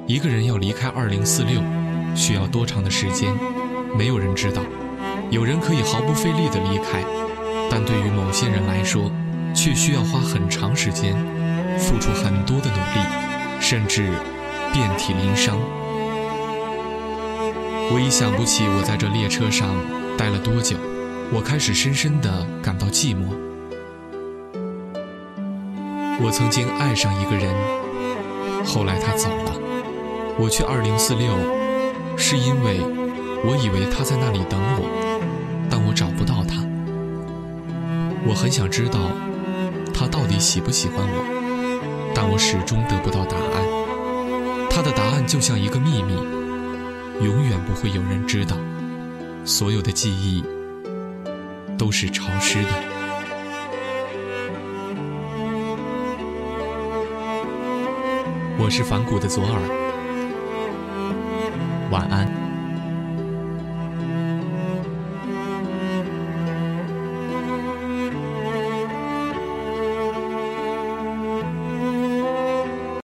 一个人要离开2046，需要多长的时间，没有人知道。有人可以毫不费力地离开，但对于某些人来说，却需要花很长时间，付出很多的努力，甚至遍体鳞伤。我已想不起我在这列车上待了多久，我开始深深地感到寂寞。我曾经爱上一个人，后来他走了，我去2046，是因为我以为他在那里等我，但我找不到他。我很想知道他到底喜不喜欢我，但我始终得不到答案。他的答案就像一个秘密，永远不会有人知道。所有的记忆都是潮湿的。我是反骨的左耳，晚安。